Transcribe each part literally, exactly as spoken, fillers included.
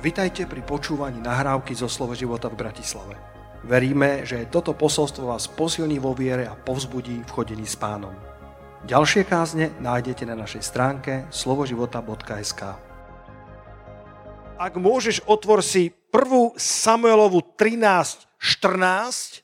Vitajte pri počúvaní nahrávky zo Slovo života v Bratislave. Veríme, že toto posolstvo vás posilní vo viere a povzbudí v chodení s Pánom. Ďalšie kázne nájdete na našej stránke slovoživota bodka es ká. Ak môžeš, otvor si prvú Samuelovu trinásť štrnásť,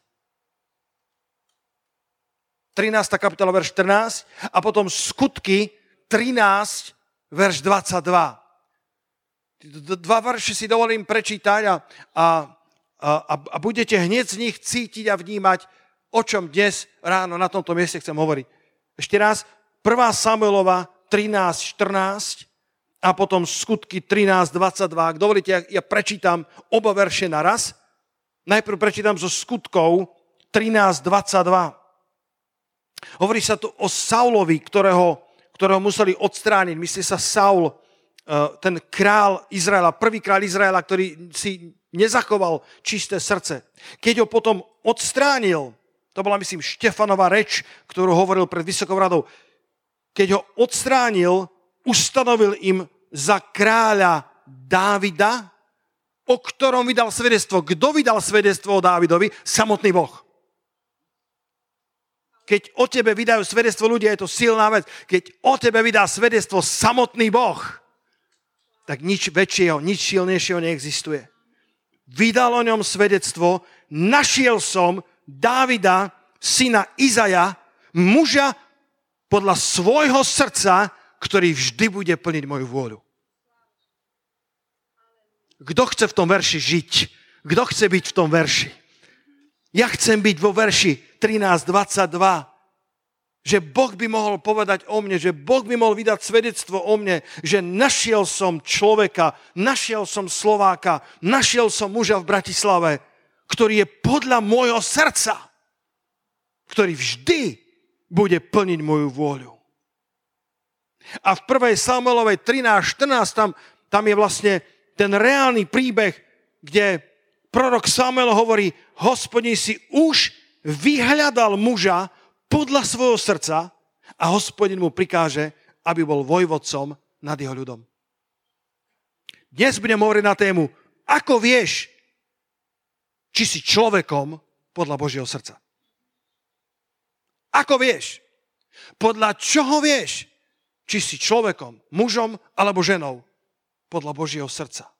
trinásta kapitola, verš štrnásť, a potom Skutky trinásť, verš dvadsaťdva. Dva verše si dovolím prečítať a, a, a, a budete hneď z nich cítiť a vnímať, o čom dnes ráno na tomto mieste chcem hovoriť. Ešte raz, prvá Samuelova trinásť štrnásť a potom Skutky trinásť dvadsaťdva. Ak dovolíte, ja, ja prečítam oba verše naraz. Najprv prečítam zo Skutkov trinásť dvadsaťdva. Hovorí sa tu o Saulovi, ktorého, ktorého museli odstrániť. Myslí sa Saul, ten král Izraela, prvý král Izraela, ktorý si nezachoval čisté srdce. Keď ho potom odstránil, to bola, myslím, Štefanova reč, ktorú hovoril pred Vysokou radou, keď ho odstránil, ustanovil im za kráľa Dávida, o ktorom vydal svedectvo. Kto vydal svedectvo o Dávidovi? Samotný Boh. Keď o tebe vydajú svedectvo ľudia, je to silná vec. Keď o tebe vydá svedectvo samotný Boh, tak nič väčšieho, nič silnejšieho neexistuje. Vydal o ňom svedectvo, našiel som Dávida, syna Izaja, muža podľa svojho srdca, ktorý vždy bude plniť moju vôľu. Kto chce v tom verši žiť? Kto chce byť v tom verši? Ja chcem byť vo verši trinásť dvadsaťdva, že Boh by mohol povedať o mne, že Boh by mohol vydať svedectvo o mne, že našiel som človeka, našiel som Slováka, našiel som muža v Bratislave, ktorý je podľa môjho srdca, ktorý vždy bude plniť moju vôľu. A v prvej Samuelovej trinásť štrnásť tam, tam je vlastne ten reálny príbeh, kde prorok Samuel hovorí, Hospodin si už vyhľadal muža podľa svojho srdca a Hospodin mu prikáže, aby bol vojvodcom nad jeho ľudom. Dnes budem hovoriť na tému, ako vieš, či si človekom podľa Božieho srdca. Ako vieš? Podľa čoho vieš, či si človekom, mužom alebo ženou podľa Božieho srdca?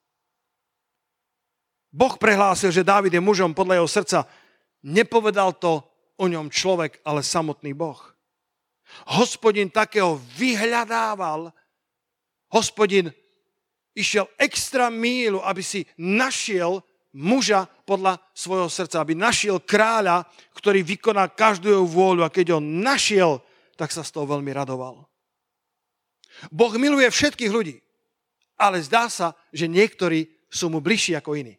Boh prehlásil, že Dávid je mužom podľa jeho srdca. Nepovedal to o ňom človek, ale samotný Boh. Hospodin takého vyhľadával. Hospodin išiel extra míľu, aby si našiel muža podľa svojho srdca, aby našiel kráľa, ktorý vykoná každú jeho vôľu, a keď ho našiel, tak sa z toho veľmi radoval. Boh miluje všetkých ľudí, ale zdá sa, že niektorí sú mu bližší ako iní.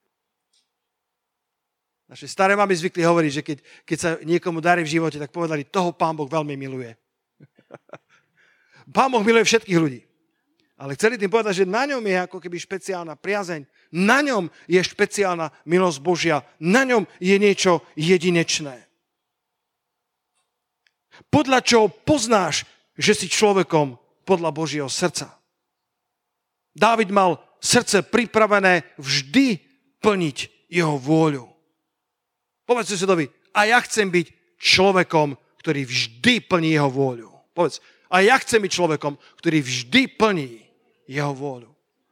Naše staré mamy zvykli hovoriť, že keď, keď sa niekomu darí v živote, tak povedali, toho Pán Boh veľmi miluje. Pán Boh miluje všetkých ľudí. Ale chceli tým povedať, že na ňom je ako keby špeciálna priazeň, na ňom je špeciálna milosť Božia, na ňom je niečo jedinečné. Podľa čoho poznáš, že si človekom podľa Božieho srdca? Dávid mal srdce pripravené vždy plniť jeho vôľu. Povedz susedovi, a ja chcem byť človekom, ktorý vždy plní jeho vôľu. Povedz, a ja chcem byť človekom, ktorý vždy plní jeho vôľu.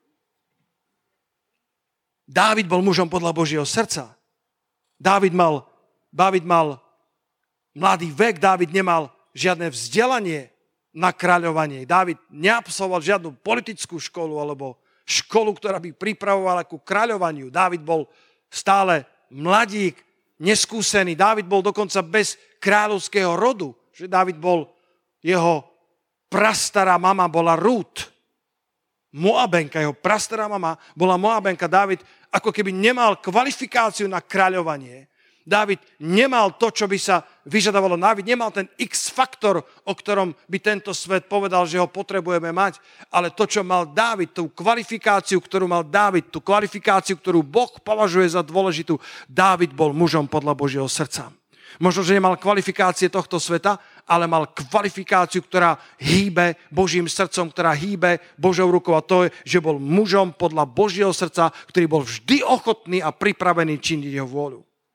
Dávid bol mužom podľa Božieho srdca. Dávid mal, Dávid mal mladý vek, Dávid nemal žiadne vzdelanie na kráľovanie. Dávid neabsolvoval žiadnu politickú školu alebo školu, ktorá by pripravovala ku kráľovaniu. Dávid bol stále mladík, neskúsený. Dávid bol dokonca bez kráľovského rodu. Že Dávid bol, jeho prastará mama bola Rút. Moabenka, jeho prastará mama bola Moabenka. Dávid ako keby nemal kvalifikáciu na kráľovanie. Dávid nemal to, čo by sa vyžadovalo. Dávid nemal ten X-faktor, o ktorom by tento svet povedal, že ho potrebujeme mať. Ale to, čo mal Dávid, tú kvalifikáciu, ktorú mal Dávid, tú kvalifikáciu, ktorú Boh považuje za dôležitú, Dávid bol mužom podľa Božieho srdca. Možno, že nemal kvalifikácie tohto sveta, ale mal kvalifikáciu, ktorá hýbe Božím srdcom, ktorá hýbe Božou rukou. A to je, že bol mužom podľa Božieho srdca, ktorý bol vždy ochotný a pripravený činiť jeho vôľu.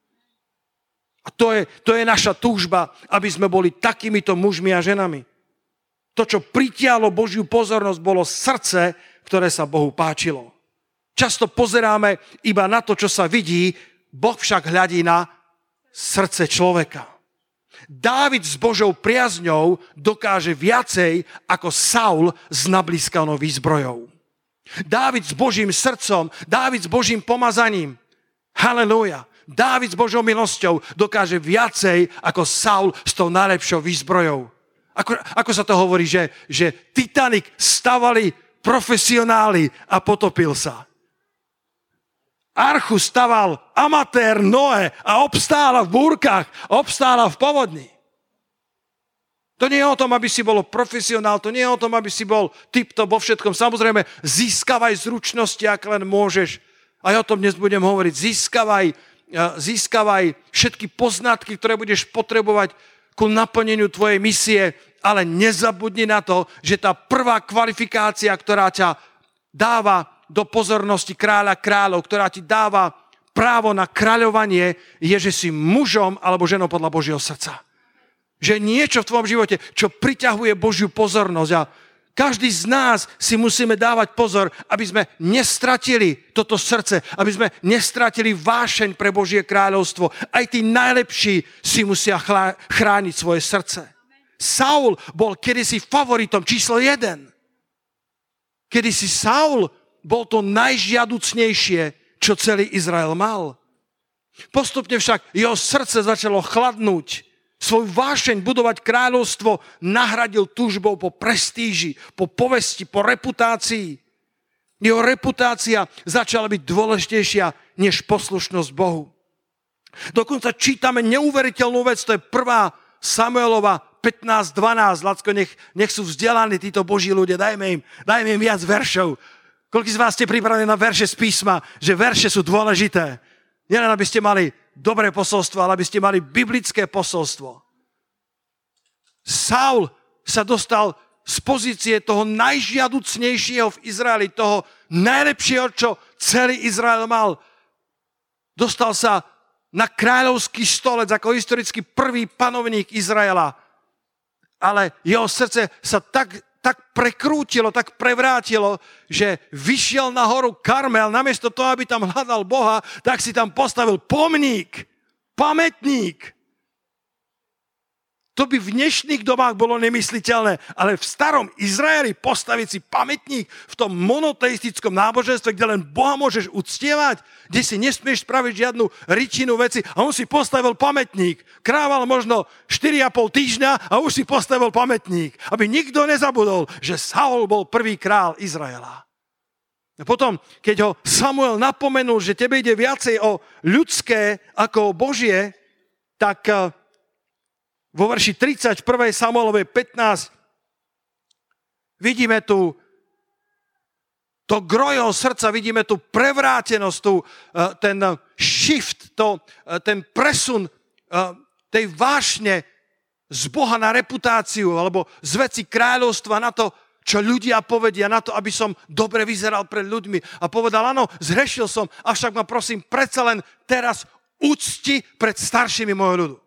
A to je, to je naša túžba, aby sme boli takýmito mužmi a ženami. To, čo pritiahlo Božiu pozornosť, bolo srdce, ktoré sa Bohu páčilo. Často pozeráme iba na to, čo sa vidí, Boh však hľadí na srdce človeka. Dávid s Božou priazňou dokáže viacej ako Saul s nablískanou výzbrojou. Dávid s Božím srdcom, Dávid s Božím pomazaním. Halelúja. Dávid s Božou milosťou dokáže viacej ako Saul s tou najlepšou výzbrojou. Ako, ako sa to hovorí, že, že Titanic stavali profesionáli a potopil sa. Archu staval amatér Noé a obstála v búrkach, obstála v povodni. To nie je o tom, aby si bol profesionál, to nie je o tom, aby si bol tip-top vo všetkom. Samozrejme, získavaj zručnosti, ak len môžeš. Aj o tom dnes budem hovoriť. Získavaj, získavaj všetky poznatky, ktoré budeš potrebovať ku naplneniu tvojej misie, ale nezabudni na to, že tá prvá kvalifikácia, ktorá ťa dáva do pozornosti kráľa kráľov, ktorá ti dáva právo na kráľovanie, je, že si mužom alebo ženou podľa Božieho srdca. Že niečo v tvojom živote, čo priťahuje Božiu pozornosť. A každý z nás si musíme dávať pozor, aby sme nestratili toto srdce, aby sme nestratili vášeň pre Božie kráľovstvo. Aj tí najlepší si musia chrániť svoje srdce. Saul bol kedysi favoritom číslo jeden. Kedysi Saul bol to najžiaducnejšie, čo celý Izrael mal. Postupne však jeho srdce začalo chladnúť. Svoj vášeň budovať kráľovstvo nahradil túžbou po prestíži, po povesti, po reputácii. Jeho reputácia začala byť dôležitejšia než poslušnosť Bohu. Dokonca čítame neuveriteľnú vec, to je prvá Samuelova pätnásť dvanásť. Lacko, nech, nech sú vzdelaní títo Boží ľudia, dajme im, dajme im viac veršov. Koľko z vás ste pripravení na verše z písma, že verše sú dôležité. Nielen aby ste mali dobré posolstvo, ale aby ste mali biblické posolstvo. Saul sa dostal z pozície toho najžiaducnejšieho v Izraeli, toho najlepšieho, čo celý Izrael mal. Dostal sa na kráľovský stolec ako historicky prvý panovník Izraela. Ale jeho srdce sa tak, tak prekrútilo, tak prevrátilo, že vyšiel na horu Karmel, namiesto toho, aby tam hľadal Boha, tak si tam postavil pomník, pamätník. To by v dnešných dobách bolo nemysliteľné, ale v starom Izraeli postaviť si pamätník v tom monoteistickom náboženstve, kde len Boha môžeš uctievať, kde si nesmieš spraviť žiadnu ričinu veci, a on si postavil pamätník. Krával možno štyri a pol týždňa a už si postavil pamätník, aby nikto nezabudol, že Saul bol prvý král Izraela. A potom, keď ho Samuel napomenul, že tebe ide viacej o ľudské ako o Božie, tak vo verši tridsať v prvej Samuelovej pätnásť vidíme tu to gro jeho srdca, vidíme tu prevrátenosť, tu, ten shift, to, ten presun tej vášne z Boha na reputáciu alebo z veci kráľovstva na to, čo ľudia povedia, na to, aby som dobre vyzeral pred ľuďmi. A povedal, áno, zhrešil som, avšak ma prosím, predsa len teraz úcti pred staršími môjho ľudu.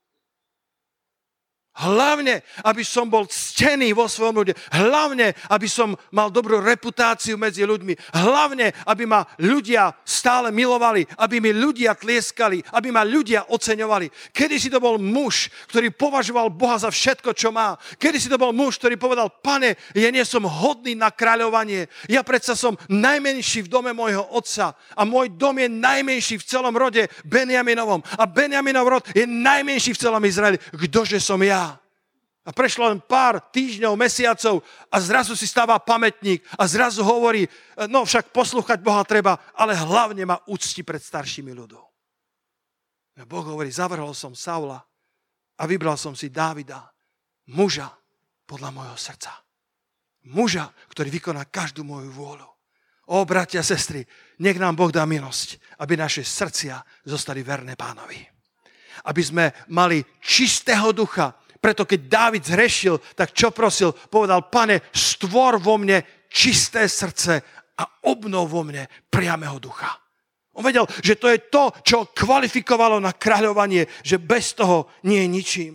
Hlavne, aby som bol ctený vo svojom ľude. Hlavne, aby som mal dobrú reputáciu medzi ľuďmi. Hlavne, aby ma ľudia stále milovali, aby mi ľudia tlieskali, aby ma ľudia oceňovali. Kedy si to bol muž, ktorý považoval Boha za všetko, čo má. Kedy si to bol muž, ktorý povedal, Pane, ja nie som hodný na kráľovanie. Ja predsa som najmenší v dome môjho otca a môj dom je najmenší v celom rode Benjaminovom. A Benjaminov rod je najmenší v celom Izraeli. Kdože som ja? A prešlo len pár týždňov, mesiacov a zrazu si stáva pamätník a zrazu hovorí, no však poslúchať Boha treba, ale hlavne ma úcti pred staršími ľudou. A Boh hovorí, zavrhol som Saula a vybral som si Dávida, muža podľa môjho srdca. Muža, ktorý vykoná každú moju vôľu. Ó, bratia, sestry, nech nám Boh dá milosť, aby naše srdcia zostali verné Pánovi. Aby sme mali čistého ducha. Preto keď Dávid zhrešil, tak čo prosil? Povedal, Pane, stvor vo mne čisté srdce a obnov vo mne priameho ducha. On vedel, že to je to, čo kvalifikovalo na kráľovanie, že bez toho nie je ničím.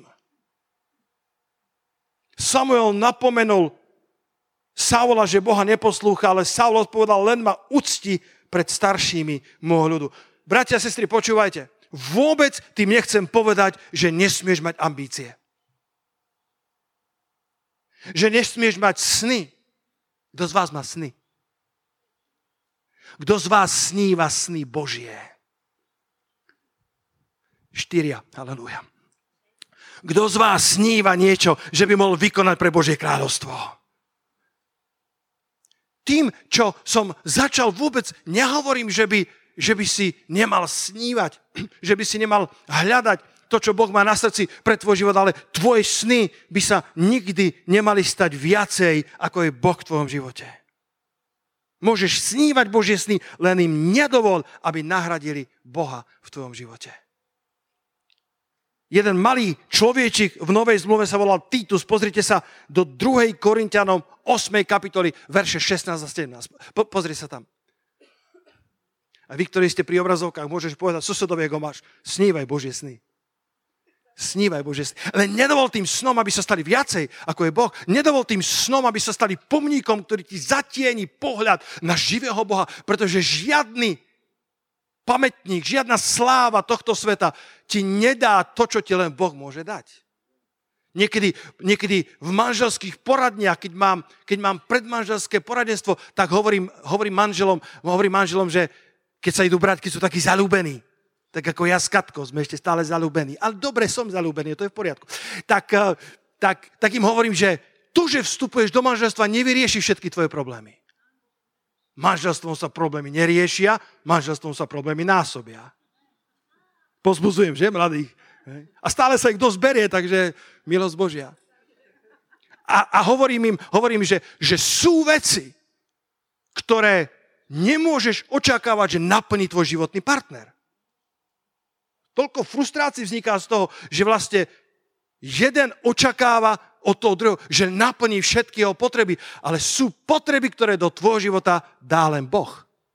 Samuel napomenul Saula, že Boha neposlúcha, ale Saul odpovedal, len ma ucti pred staršími môjho ľudu. Bratia a sestry, počúvajte. Vôbec tým nechcem povedať, že nesmieš mať ambície. Že nesmieš mať sny. Kto z vás má sny? Kto z vás sníva sny Božie? Štyria. Halelúja. Kto z vás sníva niečo, že by mohol vykonať pre Božie kráľovstvo? Tým, čo som začal, vôbec nehovorím, že by, že by si nemal snívať, že by si nemal hľadať to, čo Boh má na srdci pre tvoj život, ale tvoje sny by sa nikdy nemali stať viacej, ako je Boh v tvojom živote. Môžeš snívať Božie sny, len im nedovol, aby nahradili Boha v tvojom živote. Jeden malý človečik v Novej zmluve sa volal Titus. Pozrite sa do druhej Korinťanom ôsmej kapitoly, verše šestnásť a sedemnásť. Po, pozri sa tam. A vy, ktorí ste pri obrazovkách, môžeš povedať, susedovi, ako máš, snívaj Božie sny. Snívaj Božie sny. Ale nedovol tým snom, aby sa stali viacej, ako je Boh. Nedovol tým snom, aby sa stali pomníkom, ktorý ti zatieni pohľad na živého Boha, pretože žiadny pamätník, žiadna sláva tohto sveta ti nedá to, čo ti len Boh môže dať. Niekedy, niekedy v manželských poradniach, keď mám, keď mám predmanželské poradenstvo, tak hovorím, hovorím, manželom, hovorím manželom, že keď sa idú brať, keď sú takí zalúbení, tak ako ja s Katkou, sme ešte stále zalúbení. Ale dobre, som zalúbený, to je v poriadku. Tak, tak, tak im hovorím, že to, že vstupuješ do manželstva, nevyrieši všetky tvoje problémy. Manželstvom sa problémy neriešia, manželstvom sa problémy násobia. Pozbudzujem, že, mladých? A stále sa ich dosť berie, takže milosť Božia. A, a hovorím im, hovorím, že, že sú veci, ktoré nemôžeš očakávať, že naplní tvoj životný partner. Toľko frustrácií vzniká z toho, že vlastne jeden očakáva od toho druhého, že naplní všetky jeho potreby, ale sú potreby, ktoré do tvojho života dá len Boh.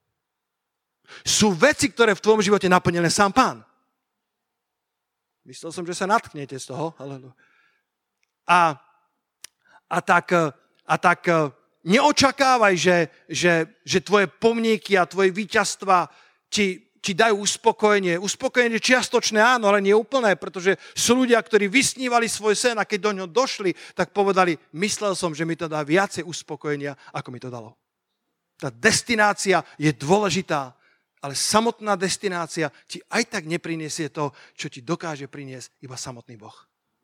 Sú veci, ktoré v tvojom živote naplní len sám Pán. Myslel som, že sa natknete z toho. A, a, tak, a tak neočakávaj, že, že, že tvoje pomníky a tvoje víťazstva ti ti dajú uspokojenie. Uspokojenie čiastočné áno, ale nie úplné, pretože sú ľudia, ktorí vysnívali svoj sen a keď do ňoho došli, tak povedali, myslel som, že mi to dá viacej uspokojenia, ako mi to dalo. Tá destinácia je dôležitá, ale samotná destinácia ti aj tak nepriniesie to, čo ti dokáže priniesť iba samotný Boh.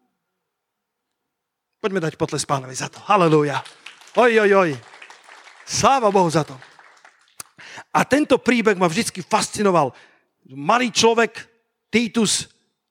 Poďme dať potles Pánovi za to. Halelúja. Oj, oj, oj. Sláva Bohu za to. A tento príbeh ma vždycky fascinoval. Malý človek, Titus.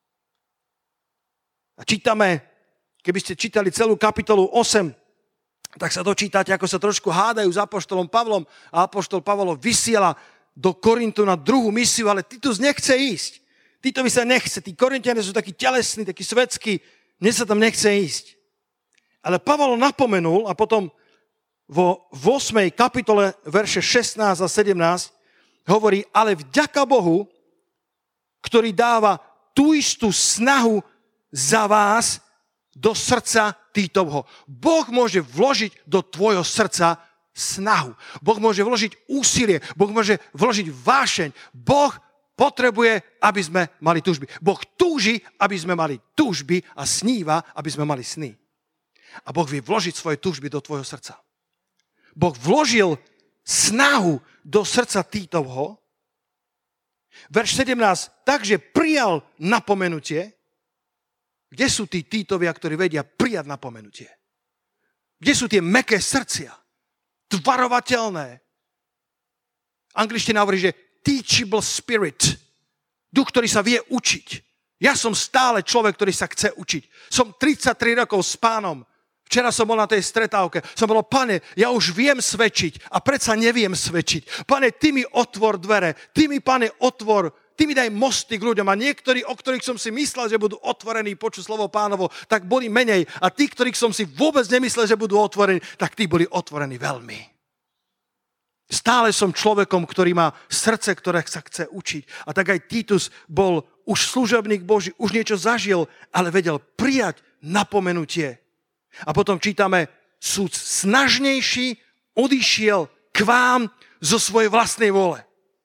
A čítame, keby ste čítali celú kapitolu osem, tak sa dočítate, ako sa trošku hádajú s apoštolom Pavlom a apoštol Pavol vysiela do Korintu na druhú misiu, ale Titus nechce ísť. Titovi sa nechce. Tí Korinťania sú takí telesní, takí svetskí, mne sa tam nechce ísť. Ale Pavol napomenul a potom vo ôsmej kapitole verše šestnásť a sedemnásť hovorí, ale vďaka Bohu, ktorý dáva tú istú snahu za vás do srdca Titovho. Boh môže vložiť do tvojho srdca snahu. Boh môže vložiť úsilie. Boh môže vložiť vášeň. Boh potrebuje, aby sme mali túžby. Boh túži, aby sme mali túžby a sníva, aby sme mali sny. A Boh vie vložiť svoje túžby do tvojho srdca. Boh vložil snahu do srdca Titovho. Verš sedemnásť, takže prijal napomenutie. Kde sú tí Titovia, ktorí vedia prijať napomenutie? Kde sú tie mäkké srdcia? Tvarovateľné. Angličtina hovorí, že teachable spirit. Duch, ktorý sa vie učiť. Ja som stále človek, ktorý sa chce učiť. Som tridsaťtri rokov s Pánom. Včera som bol na tej stretávke. Som bol, Pane, ja už viem svedčiť a predsa neviem svedčiť. Pane, ty mi otvor dvere. Ty mi, Pane, otvor ty mi daj mosty k ľuďom. A niektorí, o ktorých som si myslel, že budú otvorení počuť slovo Pánovo, tak boli menej. A tí, ktorých som si vôbec nemyslel, že budú otvorení, tak tí boli otvorení veľmi. Stále som človekom, ktorý má srdce, ktoré sa chce učiť. A tak aj Titus bol už služobník Boží, už niečo zažil, ale vedel prijať napomenutie. A potom čítame, súd snažnejší odišiel k vám zo svojej vlastnej vôle.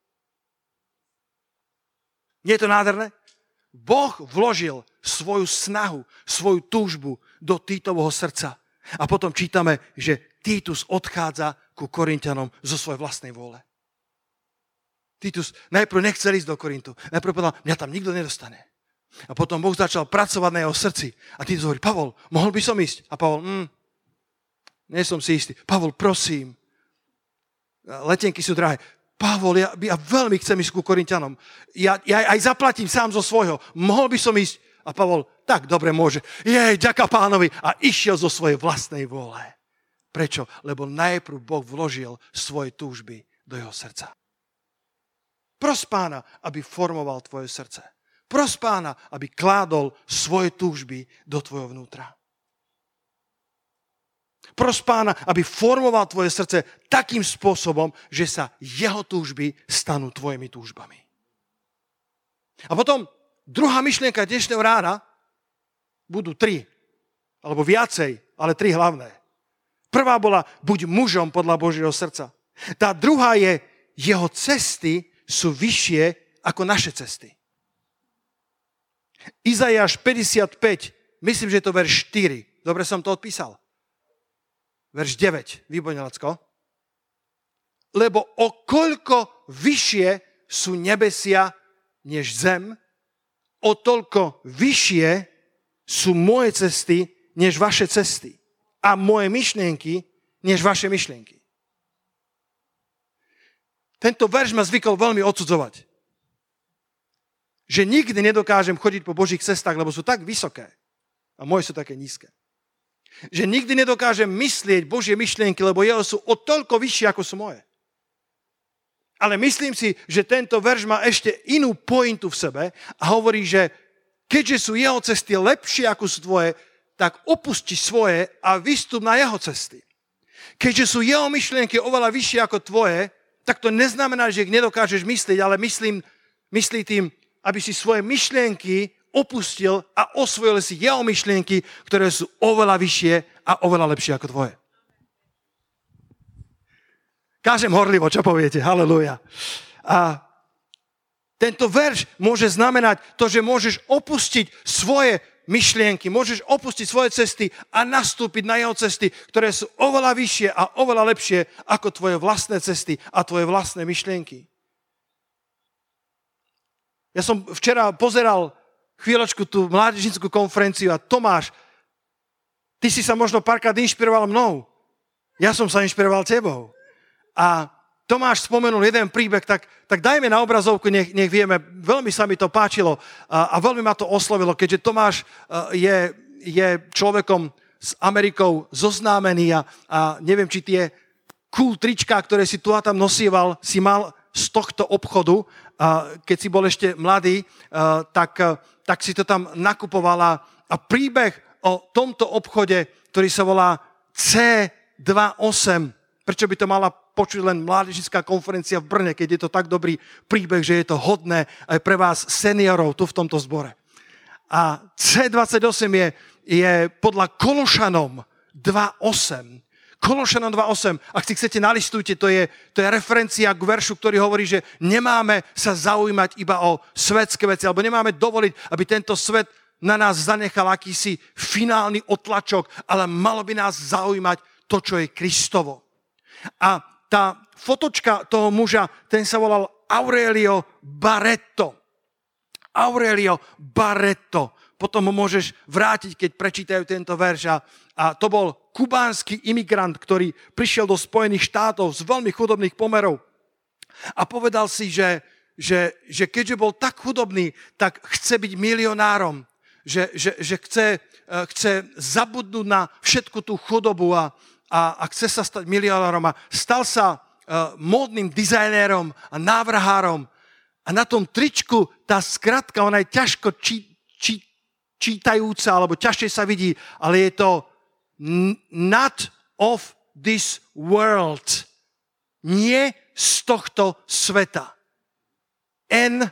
Nie je to nádherné? Boh vložil svoju snahu, svoju túžbu do Titovho srdca. A potom čítame, že Titus odchádza ku Korinťanom zo svojej vlastnej vôle. Titus najprv nechcel ísť do Korintu. Najprv povedal, mňa tam nikto nedostane. A potom Boh začal pracovať na jeho srdci. A Titus hovorí, Pavol, mohol by som ísť? A Pavol, mm, nie som si istý. Pavol, prosím, letenky sú drahé. Pavol, ja, ja veľmi chcem ísť ku Korinťanom. Ja, ja aj zaplatím sám zo svojho. Mohol by som ísť? A Pavol, tak dobre môže. Jej, ďaká Pánovi. A išiel zo svojej vlastnej vôle. Prečo? Lebo najprv Boh vložil svoje túžby do jeho srdca. Pros Pána, aby formoval tvoje srdce. Pros Pána, aby kládol svoje túžby do tvojho vnútra. Pros Pána, aby formoval tvoje srdce takým spôsobom, že sa jeho túžby stanú tvojimi túžbami. A potom druhá myšlienka dnešného rána budú tri, alebo viacej, ale tri hlavné. Prvá bola, buď mužom podľa Božieho srdca. Tá druhá je, jeho cesty sú vyššie ako naše cesty. Izaiáš päťdesiatpäť, myslím, že je to verš štyri. Dobre som to odpísal. Verš deväť, výborne, Lacko. Lebo o koľko vyššie sú nebesia než zem, o toľko vyššie sú moje cesty než vaše cesty a moje myšlienky než vaše myšlienky. Tento verš ma zvykol veľmi odsudzovať. Že nikdy nedokážem chodiť po Božích cestách, lebo sú tak vysoké a moje sú také nízke. Že nikdy nedokážem myslieť Božie myšlienky, lebo jeho sú o toľko vyššie, ako sú moje. Ale myslím si, že tento verš má ešte inú pointu v sebe a hovorí, že keďže sú jeho cesty lepšie, ako sú tvoje, tak opusti svoje a vystup na jeho cesty. Keďže sú jeho myšlienky oveľa vyššie ako tvoje, tak to neznamená, že ich nedokážeš myslieť, ale myslím, myslí tým, aby si svoje myšlienky opustil a osvojil si jeho myšlienky, ktoré sú oveľa vyššie a oveľa lepšie ako tvoje. Kážem horlivo, čo poviete? Halelúja. A tento verš môže znamenať to, že môžeš opustiť svoje myšlienky, môžeš opustiť svoje cesty a nastúpiť na jeho cesty, ktoré sú oveľa vyššie a oveľa lepšie ako tvoje vlastné cesty a tvoje vlastné myšlienky. Ja som včera pozeral chvíľočku tú mládežnickú konferenciu a Tomáš, ty si sa možno párkrát inšpiroval mnou. Ja som sa inšpiroval tebou. A Tomáš spomenul jeden príbeh, tak, tak dajme na obrazovku, nech, nech vieme. Veľmi sa mi to páčilo a, a veľmi ma to oslovilo, keďže Tomáš uh, je, je človekom s Amerikou zoznámený a, a neviem, či tie cool trička, ktoré si tu a tam nosieval, si mal z tohto obchodu, uh, keď si bol ešte mladý, uh, tak, uh, tak si to tam nakupovala. A príbeh o tomto obchode, ktorý sa volá cé dvadsaťosem, prečo by to mala počuť len mládežnická konferencia v Brne, keď je to tak dobrý príbeh, že je to hodné aj pre vás seniorov tu v tomto zbore. A cé dvadsaťosem je, je podľa Kološanom dva osem. Kološanom dva osem, ak si chcete, nalistujte, to je, to je referencia k veršu, ktorý hovorí, že nemáme sa zaujímať iba o svetské veci, alebo nemáme dovoliť, aby tento svet na nás zanechal akýsi finálny otlačok, ale malo by nás zaujímať to, čo je Kristovo. A tá fotočka toho muža, ten sa volal Aurelio Barreto. Aurelio Barreto. Potom ho môžeš vrátiť, keď prečítajú tento verš. A to bol kubánsky imigrant, ktorý prišiel do Spojených štátov z veľmi chudobných pomerov. A povedal si, že, že, že keďže bol tak chudobný, tak chce byť milionárom. Že, že, že chce, chce zabudnúť na všetku tú chudobu a A, a chce sa stať milionárom a stal sa uh, módnym dizajnérom a návrhárom A na tom tričku tá skratka, ona je ťažko či, či, čítajúca, alebo ťažšie sa vidí, ale je to not of this world. Nie z tohto sveta. N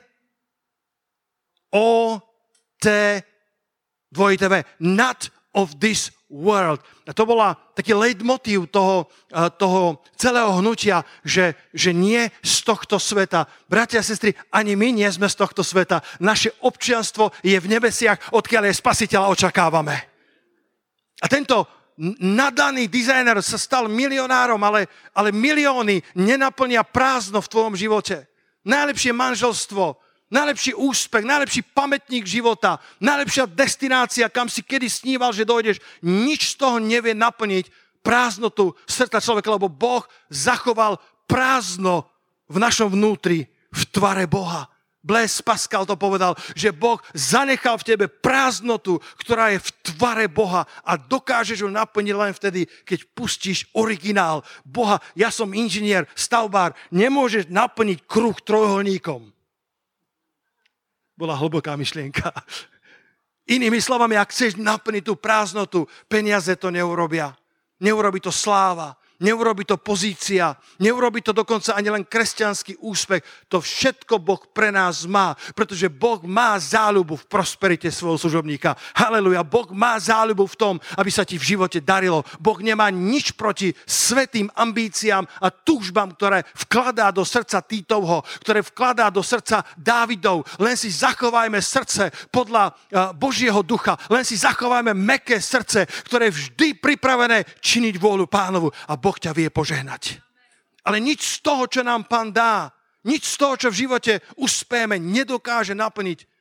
O T dvojité V. Not of this world. A to bola taký leitmotív toho, toho celého hnutia, že, že nie z tohto sveta. Bratia a sestry, ani my nie sme z tohto sveta. Naše občianstvo je v nebesiach, odkiaľ je Spasiteľa očakávame. A tento nadaný dizajner sa stal milionárom, ale, ale milióny nenaplnia prázdno v tvojom živote. Najlepšie manželstvo, najlepší úspech, najlepší pamätník života, najlepšia destinácia, kam si kedy sníval, že dojdeš, nič z toho nevie naplniť prázdnotu srdca človeka, lebo Boh zachoval prázdno v našom vnútri, v tvare Boha. Blaise Pascal to povedal, že Boh zanechal v tebe prázdnotu, ktorá je v tvare Boha a dokážeš ju naplniť len vtedy, keď pustíš originál Boha. Ja som inžinier, stavbár, nemôžeš naplniť kruh trojuholníkom. Bola hlboká myšlienka. Inými slovami, ak chceš naplniť tú prázdnotu, peniaze to neurobia. Neurobi to sláva, neurobi to pozícia, neurobi to dokonca ani len kresťanský úspech. To všetko Boh pre nás má, pretože Boh má záľubu v prosperite svojho služobníka. Haleluja, Boh má záľubu v tom, aby sa ti v živote darilo. Boh nemá nič proti svätým ambíciám a túžbám, ktoré vkladá do srdca Títovho, ktoré vkladá do srdca Dávidov. Len si zachovajme srdce podľa Božieho ducha, len si zachovajme mäkké srdce, ktoré je vždy pripravené činiť vôľu Pánovu. A Boh ťa vie požehnať. Ale nič z toho, čo nám Pán dá, nič z toho, čo v živote uspejeme, nedokáže naplniť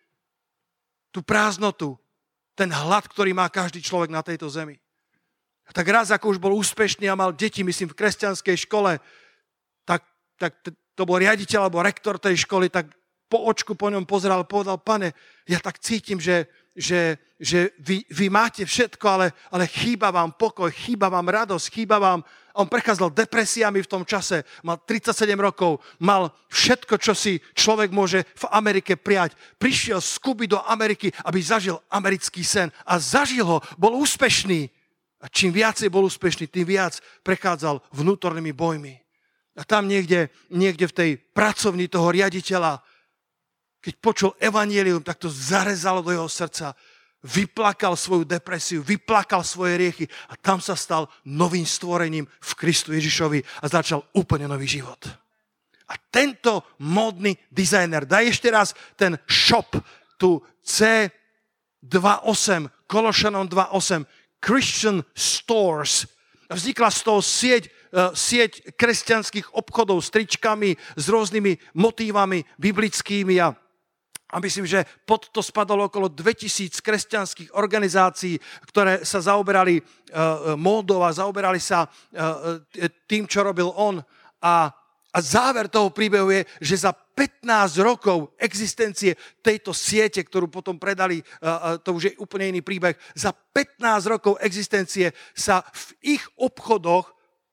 tú prázdnotu, ten hlad, ktorý má každý človek na tejto zemi. A tak raz, ako už bol úspešný a mal deti, myslím, v kresťanskej škole, tak, tak to bol riaditeľ alebo rektor tej školy, tak po očku po ňom pozeral a povedal, pane, ja tak cítim, že že, že vy, vy máte všetko, ale, ale chýba vám pokoj, chýba vám radosť, chýba vám... A on prechádzal depresiami v tom čase, mal tridsaťsedem rokov, mal všetko, čo si človek môže v Amerike prijať. Prišiel z Kuby do Ameriky, aby zažil americký sen a zažil ho, bol úspešný. A čím viacej bol úspešný, tým viac prechádzal vnútornými bojmi. A tam niekde, niekde v tej pracovni toho riaditeľa, keď počul evanjelium, tak to zarezalo do jeho srdca. Vyplakal svoju depresiu, vyplakal svoje riechy a tam sa stal novým stvorením v Kristu Ježišovi a začal úplne nový život. A tento módny dizajner, daj ešte raz ten shop, tu C dvadsaťosem, Kološanom dvadsaťosem, Christian Stores. Vznikla z toho sieť, sieť kresťanských obchodov s tričkami, s rôznymi motívami biblickými a A myslím, že pod to spadalo okolo dvetisíc kresťanských organizácií, ktoré sa zaoberali uh, módou a zaoberali sa uh, tým, čo robil on. A, a záver toho príbehu je, že za pätnásť rokov existencie tejto siete, ktorú potom predali, uh, to už je úplne iný príbeh, za pätnásť rokov existencie sa v ich obchodoch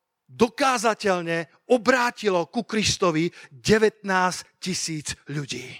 dokázateľne obrátilo ku Kristovi devätnásť tisíc ľudí.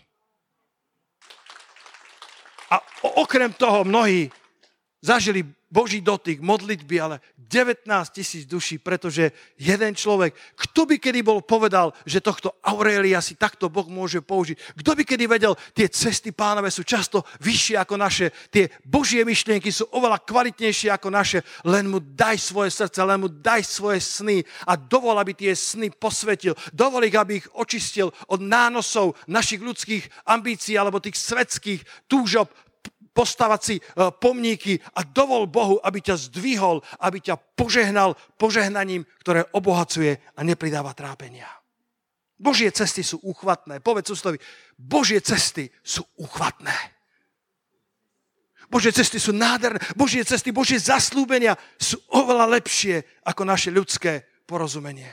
A okrem toho mnohí zažili Boží dotyk, modlitby, ale devätnásť tisíc duší, pretože jeden človek, kto by kedy bol povedal, že tohto Aurelia si takto Boh môže použiť? Kto by kedy vedel, tie cesty Pánove sú často vyššie ako naše, tie Božie myšlienky sú oveľa kvalitnejšie ako naše, len mu daj svoje srdce, len mu daj svoje sny a dovol, aby tie sny posvetil, dovol ich, aby ich očistil od nánosov našich ľudských ambícií alebo tých svetských túžob, postavať si pomníky a dovol Bohu, aby ťa zdvihol, aby ťa požehnal požehnaním, ktoré obohacuje a nepridáva trápenia. Božie cesty sú úchvatné. Povedz susedovi, Božie cesty sú úchvatné. Božie cesty sú nádherné. Božie cesty, Božie zasľúbenia sú oveľa lepšie ako naše ľudské porozumenie.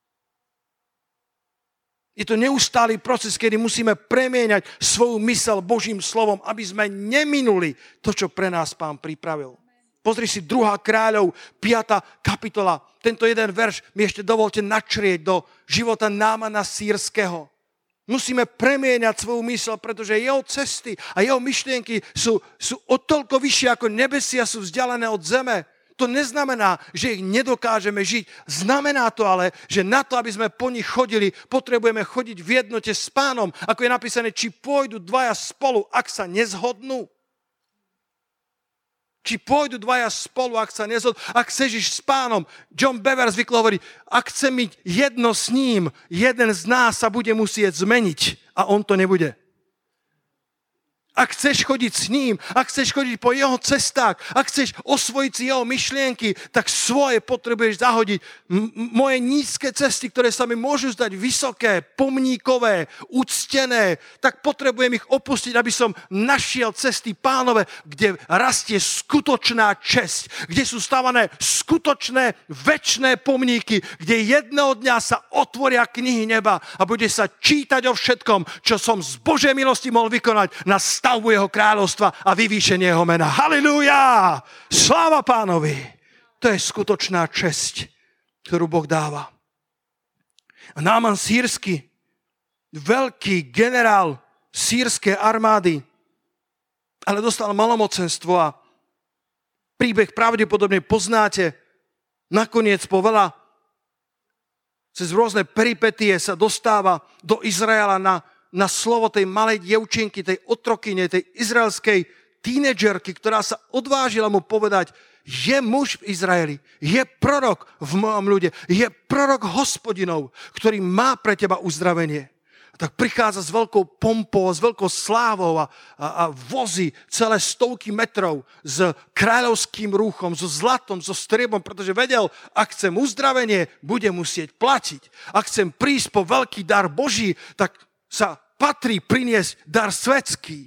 Je to neustály proces, kedy musíme premieňať svoju myseľ Božím slovom, aby sme neminuli to, čo pre nás Pán pripravil. Pozri si druhá kráľov, piata kapitola. Tento jeden verš mi ešte dovolte načrieť do života Námana Sýrskeho. Musíme premieňať svoju mysl, pretože jeho cesty a jeho myšlienky sú, sú o toľko vyššie ako nebesia sú vzdialené od zeme. To neznamená, že ich nedokážeme žiť. Znamená to ale, že na to, aby sme po nich chodili, potrebujeme chodiť v jednote s Pánom. Ako je napísané, či pôjdu dvaja spolu, ak sa nezhodnú. Či pôjdu dvaja spolu, ak sa nezhodnú. Ak chceš ísť s Pánom, John Bever zvyklo hovorí, ak chcem byť jedno s ním, jeden z nás sa bude musieť zmeniť a on to nebude. Ak chceš chodiť s ním, ak chceš chodiť po jeho cestách, ak chceš osvojiť si jeho myšlienky, tak svoje potrebuješ zahodiť. M- moje nízke cesty, ktoré sa mi môžu zdať vysoké, pomníkové, uctené, tak potrebujem ich opustiť, aby som našiel cesty Pánove, kde rastie skutočná česť, kde sú stavané skutočné večné pomníky, kde jedného dňa sa otvoria knihy neba a bude sa čítať o všetkom, čo som z Božej milosti mohol vykonať na stavbu jeho kráľovstva a vyvýšenie jeho mena. Halelúja! Sláva Pánovi! To je skutočná česť, ktorú Boh dáva. A Náman sírsky, veľký generál sírskej armády, ale dostal malomocenstvo a príbeh pravdepodobne poznáte. Nakoniec po veľa cez rôzne peripetie sa dostáva do Izraela na na slovo tej malej dievčinky, tej otrokyne, tej izraelskej tínedžerky, ktorá sa odvážila mu povedať, je muž v Izraeli, je prorok v mojom ľude, je prorok Hospodinov, ktorý má pre teba uzdravenie. A tak prichádza s veľkou pompou, s veľkou slávou a, a, a vozí celé stovky metrov s kráľovským rúchom, so zlatom, so striebom, pretože vedel, ak chcem uzdravenie, bude musieť platiť. Ak chcem prísť po veľký dar Boží, tak sa patrí priniesť dar svetský.